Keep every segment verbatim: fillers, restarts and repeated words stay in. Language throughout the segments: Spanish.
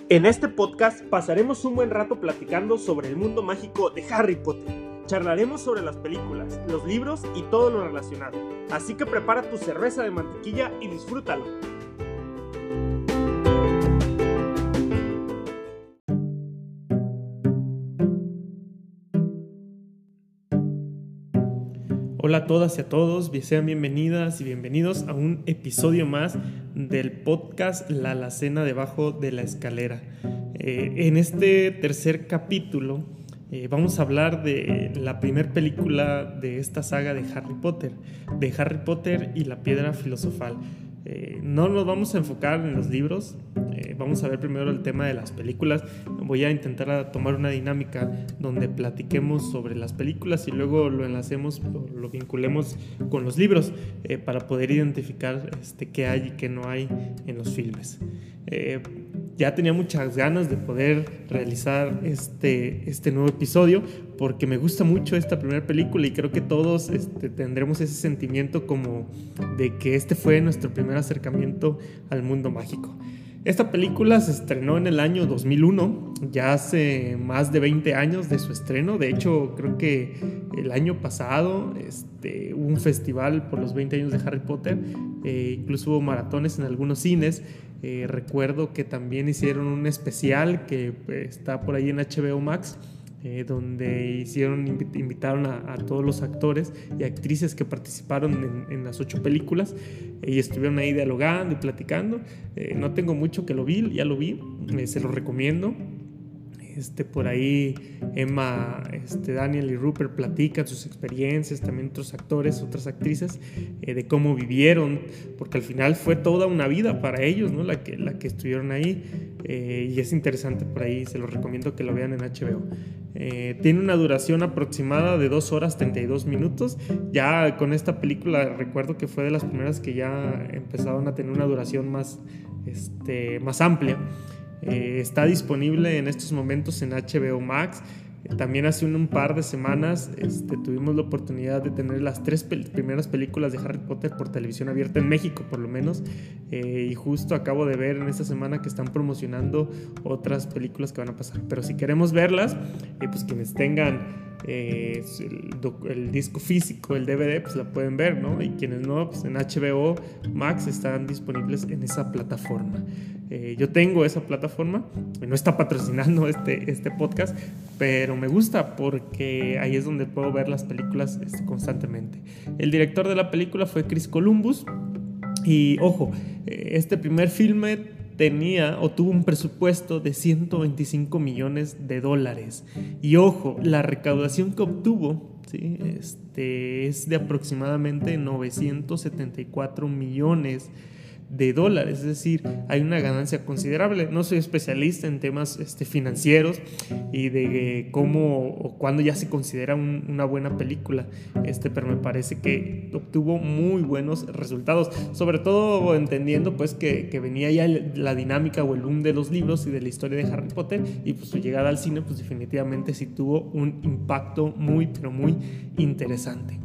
En este podcast pasaremos un buen rato platicando sobre el mundo mágico de Harry Potter. Charlaremos sobre las películas, los libros y todo lo relacionado. Así que prepara tu cerveza de mantequilla y disfrútalo. Hola a todas y a todos, sean bienvenidas y bienvenidos a un episodio más del podcast La Alacena debajo de la escalera. Eh, en este tercer capítulo eh, vamos a hablar de la primera película de esta saga de Harry Potter, de Harry Potter y la Piedra Filosofal. Eh, no nos vamos a enfocar en los libros, eh, vamos a ver primero el tema de las películas. Voy a intentar a tomar una dinámica donde platiquemos sobre las películas y luego lo enlacemos, lo, lo vinculemos con los libros eh, para poder identificar este, qué hay y qué no hay en los filmes. Eh, ya tenía muchas ganas de poder realizar este, este nuevo episodio porque me gusta mucho esta primera película y creo que todos este, tendremos ese sentimiento como de que este fue nuestro primer acercamiento al mundo mágico. Esta película se estrenó en el año dos mil uno, ya hace más de veinte años de su estreno. De hecho, creo que el año pasado este, hubo un festival por los veinte años de Harry Potter, eh, incluso hubo maratones en algunos cines. Eh, recuerdo que también hicieron un especial que eh, está por ahí en H B O Max, eh, donde hicieron, invitaron a, a todos los actores y actrices que participaron en, en las ocho películas eh, y estuvieron ahí dialogando y platicando. Eh, no tengo mucho que lo vi, ya lo vi, eh, se lo recomiendo. Este, por ahí Emma, este, Daniel y Rupert platican sus experiencias, también otros actores, otras actrices, eh, de cómo vivieron, porque al final fue toda una vida para ellos, ¿no? La que, la que estuvieron ahí, eh, y es interesante por ahí, se los recomiendo que lo vean en H B O. Eh, tiene una duración aproximada de dos horas treinta y dos minutos. Ya con esta película recuerdo que fue de las primeras que ya empezaron a tener una duración más, este, más amplia. Eh, está disponible en estos momentos en H B O Max. Eh, también hace un, un par de semanas este, tuvimos la oportunidad de tener las tres pel- primeras películas de Harry Potter por televisión abierta en México, por lo menos, eh, y justo acabo de ver en esta semana que están promocionando otras películas que van a pasar. Pero si queremos verlas, eh, pues quienes tengan Eh, el, el disco físico, el D V D, pues la pueden ver, ¿no? Y quienes no, pues en H B O Max están disponibles en esa plataforma. Eh, yo tengo esa plataforma, no está patrocinando este, este podcast, pero me gusta porque ahí es donde puedo ver las películas este, constantemente. El director de la película fue Chris Columbus y, ojo, este primer filme tenía o tuvo un presupuesto de ciento veinticinco millones de dólares. Y ojo, la recaudación que obtuvo, ¿sí? este, es de aproximadamente novecientos setenta y cuatro millones de dólares, es decir, hay una ganancia considerable. No soy especialista en temas este, financieros y de cómo o cuándo ya se considera un, una buena película, este, pero me parece que obtuvo muy buenos resultados, sobre todo entendiendo pues que, que venía ya la dinámica o el boom de los libros y de la historia de Harry Potter, y pues su llegada al cine pues definitivamente sí tuvo un impacto muy pero muy interesante.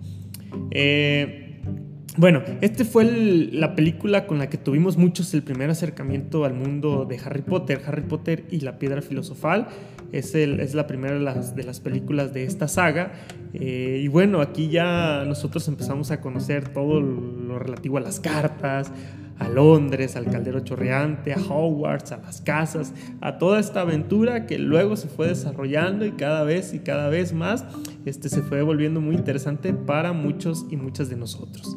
Eh, Bueno, esta fue el, la película con la que tuvimos muchos el primer acercamiento al mundo de Harry Potter. Harry Potter y la Piedra Filosofal es, el, es la primera de las, de las películas de esta saga. Eh, y bueno, aquí ya nosotros empezamos a conocer todo lo relativo a las cartas, a Londres, al caldero chorreante, a Hogwarts, a las casas, a toda esta aventura que luego se fue desarrollando y cada vez y cada vez más este, se fue volviendo muy interesante para muchos y muchas de nosotros.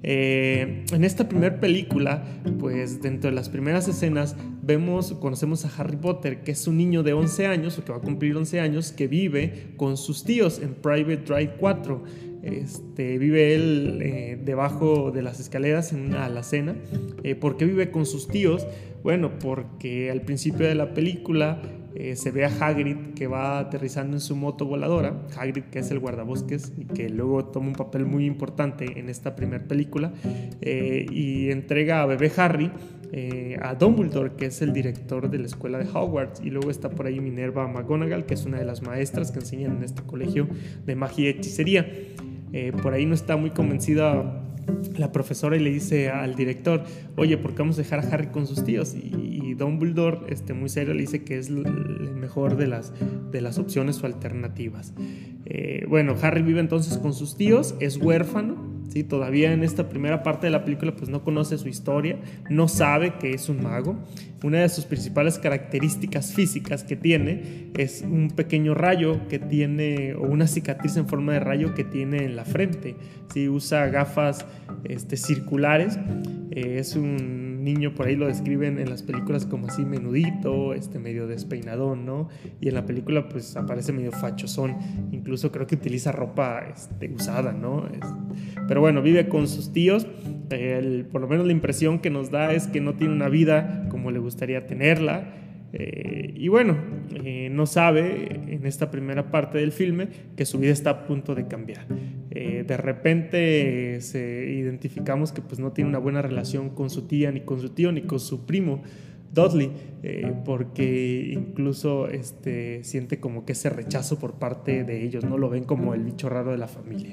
Eh, en esta primera película, pues dentro de las primeras escenas vemos, conocemos a Harry Potter, que es un niño de once años o que va a cumplir once años, que vive con sus tíos en Private Drive cuatro. Este, vive él eh, debajo de las escaleras en una alacena. Eh, ¿Por qué vive con sus tíos? Bueno, porque al principio de la película eh, se ve a Hagrid que va aterrizando en su moto voladora. Hagrid, que es el guardabosques y que luego toma un papel muy importante en esta primera película, eh, y entrega a bebé Harry eh, a Dumbledore, que es el director de la escuela de Hogwarts, y luego está por ahí Minerva McGonagall, que es una de las maestras que enseñan en este colegio de magia y hechicería. Eh, por ahí no está muy convencida la profesora y le dice al director, oye, ¿por qué vamos a dejar a Harry con sus tíos? Y, y Dumbledore, este, muy serio, le dice que es la mejor de las, de las opciones o alternativas. Eh, bueno, Harry vive entonces con sus tíos, es huérfano, ¿sí? Todavía en esta primera parte de la película pues no conoce su historia, no sabe que es un mago. Una de sus principales características físicas que tiene es un pequeño rayo que tiene, o una cicatriz en forma de rayo que tiene en la frente, ¿sí? Usa gafas este, circulares. Eh, es un niño, por ahí lo describen en las películas como así menudito, este, medio despeinadón, ¿no? Y en la película pues aparece medio fachosón, incluso creo que utiliza ropa este, usada, ¿no? Es, pero bueno, vive con sus tíos. El, por lo menos la impresión que nos da es que no tiene una vida como le gustaría tenerla. Eh, y bueno, eh, no sabe en esta primera parte del filme que su vida está a punto de cambiar. Eh, de repente eh, se identificamos que pues no tiene una buena relación con su tía, ni con su tío, ni con su primo Dudley, eh, porque incluso este, siente como que ese rechazo por parte de ellos, no lo ven como el bicho raro de la familia.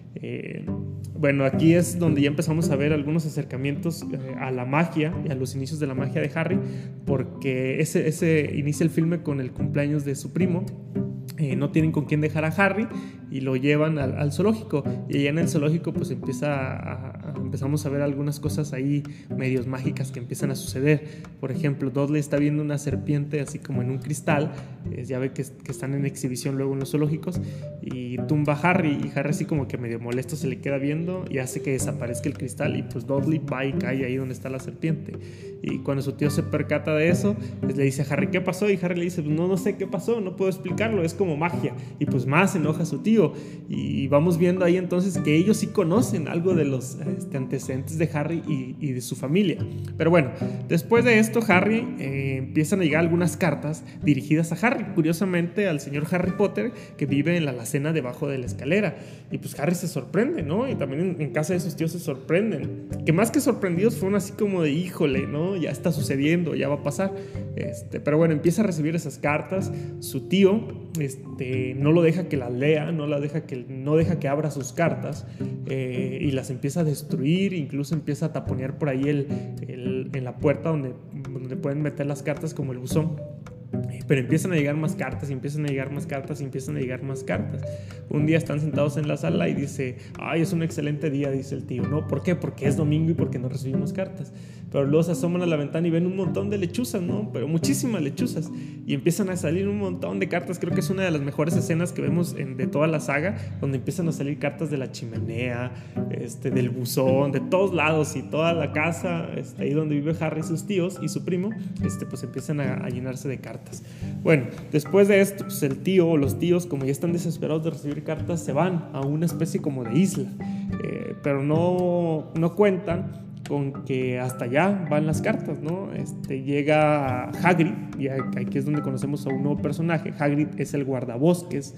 Eh, bueno, aquí es donde ya empezamos a ver algunos acercamientos eh, a la magia y a los inicios de la magia de Harry, porque ese, ese inicia el filme con el cumpleaños de su primo. Eh, no tienen con quién dejar a Harry y lo llevan al, al zoológico, y allá en el zoológico pues empieza a, a, empezamos a ver algunas cosas ahí medios mágicas que empiezan a suceder. Por ejemplo, Dudley está viendo una serpiente así como en un cristal, eh, ya ve que, que están en exhibición luego en los zoológicos, y tumba a Harry, y Harry así como que medio molesto se le queda viendo y hace que desaparezca el cristal, y pues Dudley va y cae ahí donde está la serpiente. Y cuando su tío se percata de eso, pues le dice a Harry, ¿qué pasó? Y Harry le dice, no, no sé qué pasó, no puedo explicarlo, es como magia. Y pues más se enoja a su tío, y vamos viendo ahí entonces que ellos sí conocen algo de los este, antecedentes de Harry y, y de su familia. Pero bueno, después de esto Harry eh, empiezan a llegar algunas cartas dirigidas a Harry, curiosamente al señor Harry Potter, que vive en la alacena debajo de la escalera. Y pues Harry se sorprende, ¿no? Y también en, en casa de sus tíos se sorprenden, que más que sorprendidos fueron así como de híjole, ¿no? Ya está sucediendo, ya va a pasar. Este, pero bueno, empieza a recibir esas cartas. Su tío este, no lo deja que las lea, no, la deja que, no deja que abra sus cartas, eh, y las empieza a destruir, incluso empieza a taponear por ahí el, el, en la puerta donde, donde pueden meter las cartas como el buzón. Pero empiezan a llegar más cartas y empiezan a llegar más cartas y empiezan a llegar más cartas. Un día están sentados en la sala y dice, ay, es un excelente día, dice el tío. ¿No? ¿Por qué? Porque es domingo y porque no recibimos cartas. Pero luego se asoman a la ventana y ven un montón de lechuzas, ¿no? Pero muchísimas lechuzas. Y empiezan a salir un montón de cartas. Creo que es una de las mejores escenas que vemos en, de toda la saga, donde empiezan a salir cartas de la chimenea, este, del buzón, de todos lados, y toda la casa, este, ahí donde vive Harry, sus tíos y su primo, este, pues empiezan a, a llenarse de cartas. Bueno, después de esto, pues el tío o los tíos, como ya están desesperados de recibir cartas, se van a una especie como de isla, eh, pero no, no cuentan con que hasta allá van las cartas, ¿no? Este, llega Hagrid, y aquí es donde conocemos a un nuevo personaje. Hagrid es el guardabosques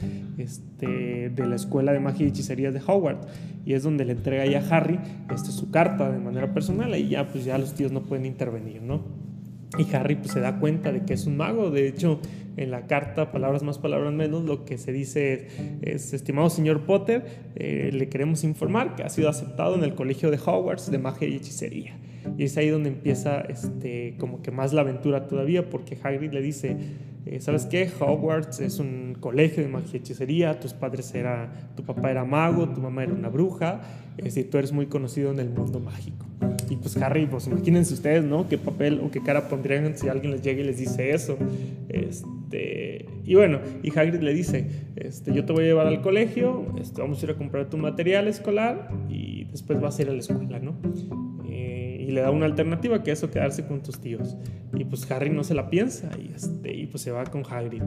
este, de la Escuela de Magia y Hechicería de Hogwarts, y es donde le entrega ya a Harry este, su carta de manera personal, y ya, pues ya los tíos no pueden intervenir, ¿no? Y Harry pues se da cuenta de que es un mago. De hecho, en la carta, palabras más, palabras menos, lo que se dice es, es estimado señor Potter, eh, le queremos informar que ha sido aceptado en el colegio de Hogwarts de Magia y Hechicería. Y es ahí donde empieza este, como que más la aventura todavía, porque Hagrid le dice, eh, ¿sabes qué? Hogwarts es un colegio de magia y hechicería, tus padres era, tu papá era mago, tu mamá era una bruja, es decir, tú eres muy conocido en el mundo mágico. Y pues Harry, pues imagínense ustedes, ¿no? ¿Qué papel o qué cara pondrían si alguien les llega y les dice eso? Este, y bueno, y Hagrid le dice, este, yo te voy a llevar al colegio, este, vamos a ir a comprar tu material escolar y después vas a ir a la escuela, ¿no? Eh, y le da una alternativa, que es quedarse con tus tíos. Y pues Harry no se la piensa y, este, y pues se va con Hagrid.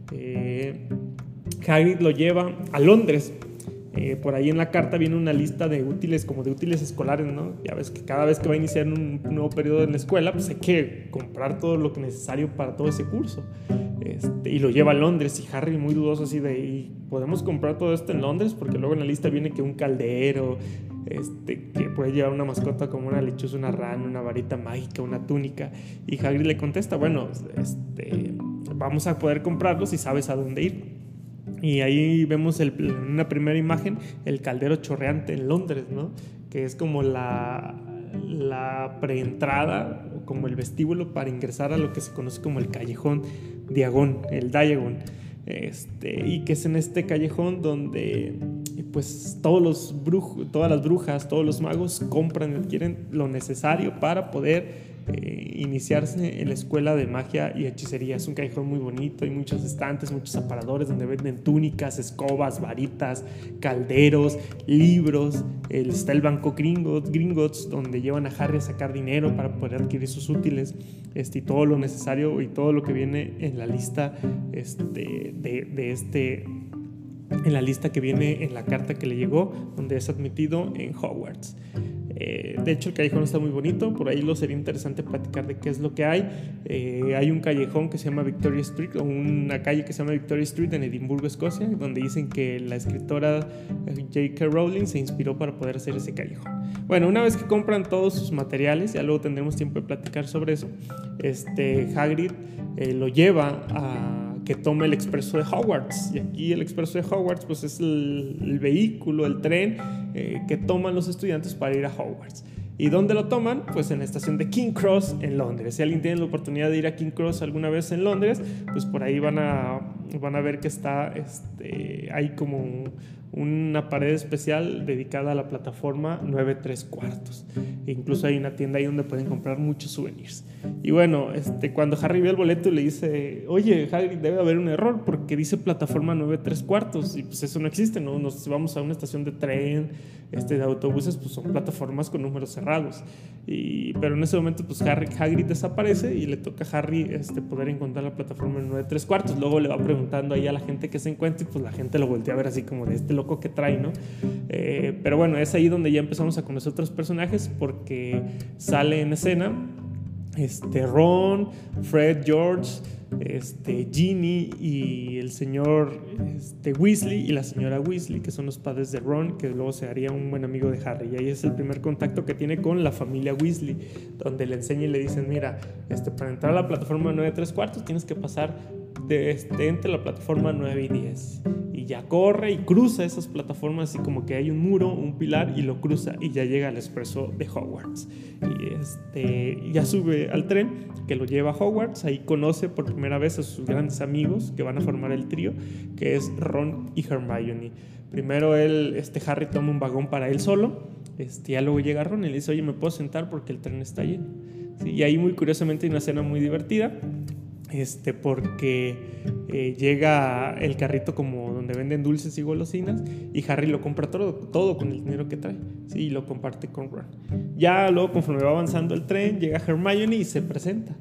Eh, Hagrid lo lleva a Londres. Eh, por ahí en la carta viene una lista de útiles, como de útiles escolares, ¿no? Ya ves que cada vez que va a iniciar un nuevo periodo en la escuela, pues hay que comprar todo lo que es necesario para todo ese curso. Este, y lo lleva a Londres, y Harry muy dudoso así de, ¿y podemos comprar todo esto en Londres? Porque luego en la lista viene que un caldero, este, que puede llevar una mascota como una lechuza, una rana, una varita mágica, una túnica. Y Hagrid le contesta, bueno, este, vamos a poder comprarlos si sabes a dónde ir. Y ahí vemos el, en una primera imagen el caldero chorreante en Londres, ¿no? que es como la, la preentrada, como el vestíbulo para ingresar a lo que se conoce como el callejón Diagon, el Diagon. Este, y que es en este callejón donde pues todos los bruj- todas las brujas, todos los magos compran y adquieren lo necesario para poder eh, iniciarse en la escuela de magia y hechicería. Es un callejón muy bonito, hay muchos estantes, muchos aparadores donde venden túnicas, escobas, varitas, calderos, libros. El, está el banco Gringotts, Gringotts, donde llevan a Harry a sacar dinero para poder adquirir sus útiles, este, y todo lo necesario y todo lo que viene en la lista este, de, de este en la lista que viene en la carta que le llegó, donde es admitido en Hogwarts. Eh, de hecho, el callejón está muy bonito. Por ahí lo sería interesante platicar de qué es lo que hay. Eh, hay un callejón que se llama Victoria Street, o una calle que se llama Victoria Street en Edimburgo, Escocia, donde dicen que la escritora J K Rowling se inspiró para poder hacer ese callejón. Bueno, una vez que compran todos sus materiales, ya luego tendremos tiempo de platicar sobre eso, este, Hagrid eh, lo lleva a que tome el expreso de Hogwarts. Y aquí el expreso de Hogwarts pues es el, el vehículo, el tren eh, que toman los estudiantes para ir a Hogwarts. ¿Y dónde lo toman? Pues en la estación de King Cross en Londres. Si alguien tiene la oportunidad de ir a King Cross alguna vez en Londres, pues por ahí van a, van a ver que está, este, hay como un, una pared especial dedicada a la plataforma nueve tres cuartos. E incluso hay una tienda ahí donde pueden comprar muchos souvenirs. Y bueno, este, cuando Harry ve el boleto le dice, oye, Harry, debe haber un error porque dice plataforma nueve tres cuartos y pues eso no existe, ¿no? Nos vamos a una estación de tren, este, de autobuses, pues son plataformas con números cerrados. Y, pero en ese momento pues Harry, Hagrid desaparece y le toca a Harry este, poder encontrar la plataforma nueve tres cuartos. Luego le va preguntando ahí a la gente que se encuentra y pues la gente lo voltea a ver así como de este loco que trae, ¿no? Eh, pero bueno, es ahí donde ya empezamos a conocer otros personajes porque sale en escena este, Ron, Fred, George, este, Ginny y el señor este, Weasley y la señora Weasley, que son los padres de Ron, que luego se haría un buen amigo de Harry. Y ahí es el primer contacto que tiene con la familia Weasley, donde le enseña y le dicen, mira, este, para entrar a la plataforma nueve tres cuartos tienes que pasar de, este, entre la plataforma nueve y diez. Y ya corre y cruza esas plataformas, así como que hay un muro, un pilar, y lo cruza y ya llega al expreso de Hogwarts. Y este, ya sube al tren que lo lleva a Hogwarts. Ahí conoce por primera vez a sus grandes amigos que van a formar el trío, que es Ron y Hermione. Primero él, este, Harry toma un vagón para él solo, este, ya luego llega Ron y le dice, oye, ¿me puedo sentar porque el tren está lleno? Sí, y ahí muy curiosamente hay una escena muy divertida. Este, porque eh, llega el carrito como donde venden dulces y golosinas y Harry lo compra todo, todo con el dinero que trae, ¿sí? Y lo comparte con Ron. Ya luego, conforme va avanzando el tren, llega Hermione y se presenta.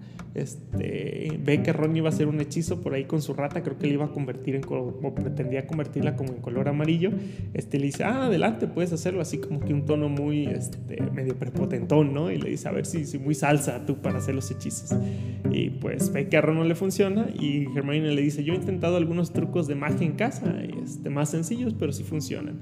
Este, ve que Ron iba a hacer un hechizo por ahí con su rata, creo que le iba a convertir en color, o pretendía convertirla como en color amarillo. Este, le dice, ah, adelante, puedes hacerlo, así como que un tono muy este, medio prepotentón, ¿no? Y le dice, a ver si, si muy salsa tú para hacer los hechizos. Y pues ve que a Ron no le funciona y Hermione le dice, yo he intentado algunos trucos de magia en casa, este, más sencillos, pero sí funcionan.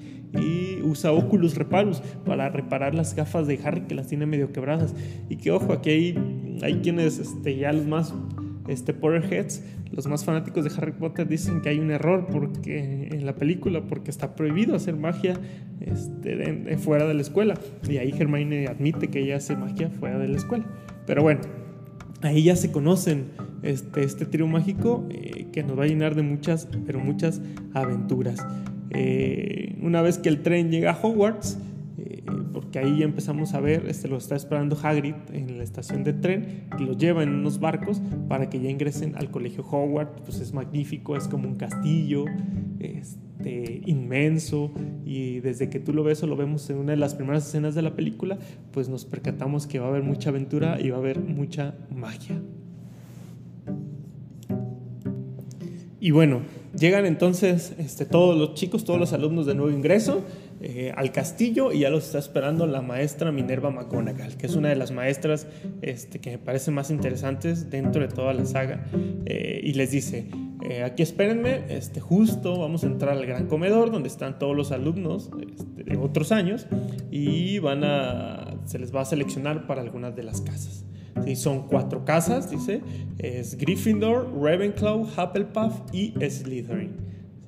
Y usa Oculus Reparus para reparar las gafas de Harry que las tiene medio quebradas. Y que ojo, aquí hay, hay quienes este, ya los más este, Potterheads, los más fanáticos de Harry Potter, dicen que hay un error porque en la película, porque está prohibido hacer magia este, de, de fuera de la escuela. Y ahí Hermione admite que ella hace magia fuera de la escuela. Pero bueno, ahí ya se conocen este, este trío mágico eh, que nos va a llenar de muchas, pero muchas aventuras. Eh, una vez que el tren llega a Hogwarts, eh, porque ahí ya empezamos a ver, este, lo está esperando Hagrid en la estación de tren y los lleva en unos barcos para que ya ingresen al colegio Hogwarts. Pues es magnífico, es como un castillo este, inmenso, y desde que tú lo ves o lo vemos en una de las primeras escenas de la película, pues nos percatamos que va a haber mucha aventura y va a haber mucha magia. Y bueno, llegan entonces este, todos los chicos, todos los alumnos de nuevo ingreso eh, al castillo, y ya los está esperando la maestra Minerva McGonagall, que es una de las maestras este, que me parece más interesantes dentro de toda la saga, eh, y les dice, eh, aquí espérenme, este, justo vamos a entrar al gran comedor donde están todos los alumnos este, de otros años, y van a, se les va a seleccionar para algunas de las casas. Sí, son cuatro casas, dice, es Gryffindor, Ravenclaw, Hufflepuff y Slytherin.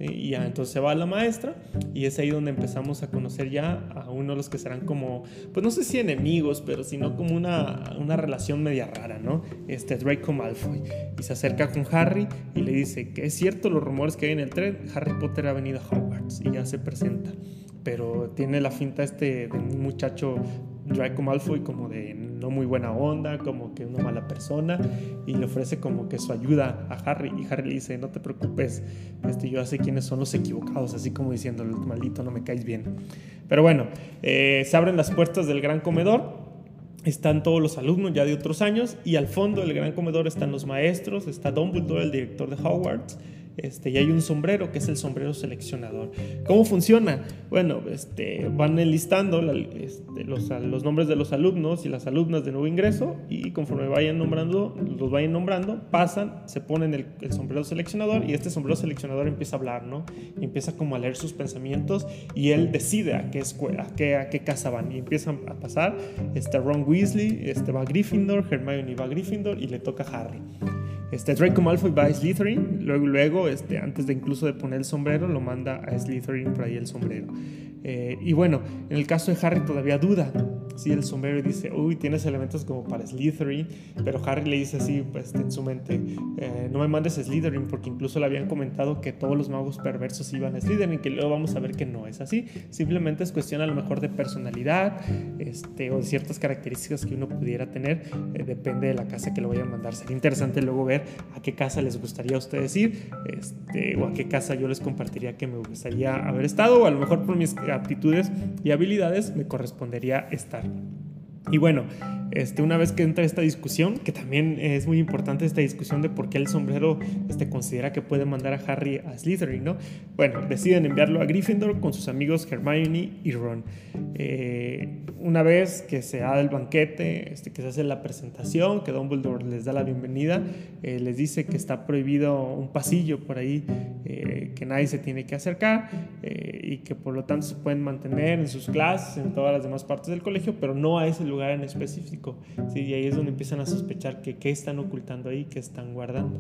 ¿sí? Y ya entonces se va la maestra y es ahí donde empezamos a conocer ya a uno de los que serán como, pues no sé si enemigos, pero sino como una, una relación media rara, ¿no? Este Draco Malfoy. Y se acerca con Harry y le dice que es cierto los rumores que hay en el tren, Harry Potter ha venido a Hogwarts, y ya se presenta. Pero tiene la finta este de un muchacho Draco Malfoy como de no muy buena onda, como que una mala persona, y le ofrece como que su ayuda a Harry, y Harry le dice, no te preocupes, este, yo sé quiénes son los equivocados, así como diciéndole, maldito, no me caes bien. Pero bueno, eh, se abren las puertas del gran comedor, están todos los alumnos ya de otros años, y al fondo del gran comedor están los maestros, está Dumbledore, el director de Hogwarts, Este, y hay un sombrero que es el sombrero seleccionador. ¿Cómo funciona? Bueno, este, van enlistando la, este, los, los nombres de los alumnos y las alumnas de nuevo ingreso, y conforme vayan nombrando, los vayan nombrando, pasan, se ponen el, el sombrero seleccionador, y este sombrero seleccionador empieza a hablar, ¿no? Y empieza como a leer sus pensamientos, y él decide a qué escuela, a qué, a qué casa van, y empiezan a pasar. Este, Ron Weasley este, va a Gryffindor, Hermione va a Gryffindor, y le toca a Harry. Este, Draco Malfoy va a Slytherin, luego, luego este, antes de incluso de poner el sombrero, lo manda a Slytherin por ahí el sombrero. Eh, y bueno, en el caso de Harry todavía duda, ¿sí? El sombrero dice, uy, tienes elementos como para Slytherin, pero Harry le dice así, pues en su mente, eh, no me mandes a Slytherin, porque incluso le habían comentado que todos los magos perversos iban a Slytherin, que luego vamos a ver que no es así, simplemente es cuestión a lo mejor de personalidad, este, o de ciertas características que uno pudiera tener, eh, depende de la casa que lo vayan a mandar. Sería interesante luego ver a qué casa les gustaría a ustedes ir, este, o a qué casa yo les compartiría que me gustaría haber estado, o a lo mejor por mis aptitudes y habilidades me correspondería estar. Y bueno, este, una vez que entra esta discusión, que también es muy importante esta discusión de por qué el sombrero este, considera que puede mandar a Harry a Slytherin, ¿no? Bueno, deciden enviarlo a Gryffindor con sus amigos Hermione y Ron. Eh, una vez que se da el banquete, este, que se hace la presentación, que Dumbledore les da la bienvenida, eh, les dice que está prohibido un pasillo por ahí, eh, que nadie se tiene que acercar, eh, y que por lo tanto se pueden mantener en sus clases, en todas las demás partes del colegio, pero no a ese lugar en específico, ¿sí? Y ahí es donde empiezan a sospechar que qué están ocultando ahí, qué están guardando.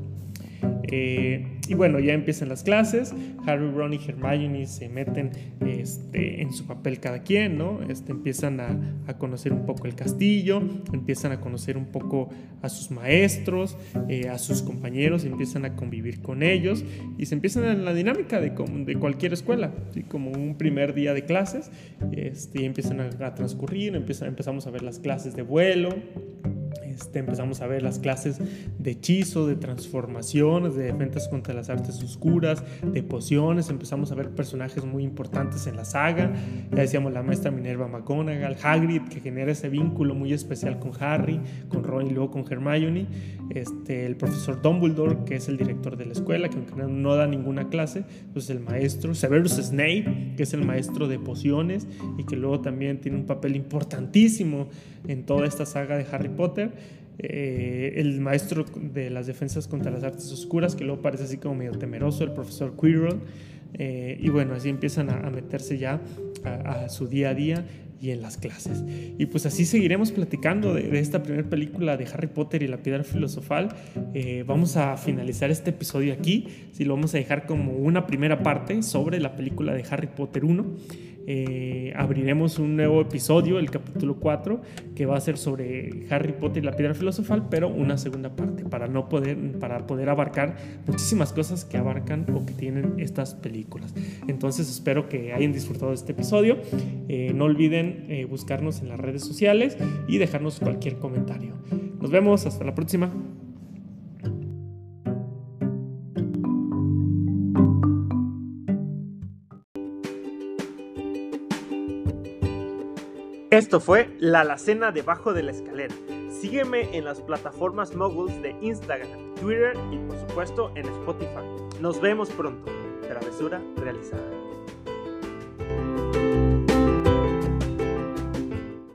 Eh, y bueno, ya empiezan las clases. Harry, Ron y Hermione se meten este, en su papel cada quien, ¿no? Este, empiezan a, a conocer un poco el castillo, empiezan a conocer un poco a sus maestros, eh, a sus compañeros, empiezan a convivir con ellos, y se empiezan en la dinámica de, de cualquier escuela, ¿sí? Como un primer día de clases, este, y empiezan a, a transcurrir, empiezan, empezamos a ver las clases de vuelo. Este, empezamos a ver las clases de hechizo, de transformaciones, de defensas contra las artes oscuras, de pociones. Empezamos a ver personajes muy importantes en la saga. Ya decíamos la maestra Minerva McGonagall, Hagrid, que genera ese vínculo muy especial con Harry, con Ron y luego con Hermione. Este, el profesor Dumbledore, que es el director de la escuela, que aunque no, no da ninguna clase, pues el maestro. Severus Snape, que es el maestro de pociones y que luego también tiene un papel importantísimo en toda esta saga de Harry Potter. Eh, el maestro de las defensas contra las artes oscuras, que luego parece así como medio temeroso, el profesor Quirrell. Eh, y bueno, así empiezan a, a meterse ya a, a su día a día y en las clases. Y pues así seguiremos platicando de, de esta primera película de Harry Potter y la Piedra Filosofal. Eh, vamos a finalizar este episodio aquí, sí, lo vamos a dejar como una primera parte sobre la película de Harry Potter uno. Eh, abriremos un nuevo episodio, el capítulo cuatro, que va a ser sobre Harry Potter y la Piedra Filosofal, pero una segunda parte para, no poder, para poder abarcar muchísimas cosas que abarcan o que tienen estas películas. Entonces espero que hayan disfrutado de este episodio. Eh, no olviden eh, buscarnos en las redes sociales y dejarnos cualquier comentario. Nos vemos, hasta la próxima. Esto fue La Alacena debajo de la escalera. Sígueme en las plataformas moguls de Instagram, Twitter y por supuesto en Spotify. Nos vemos pronto. Travesura realizada.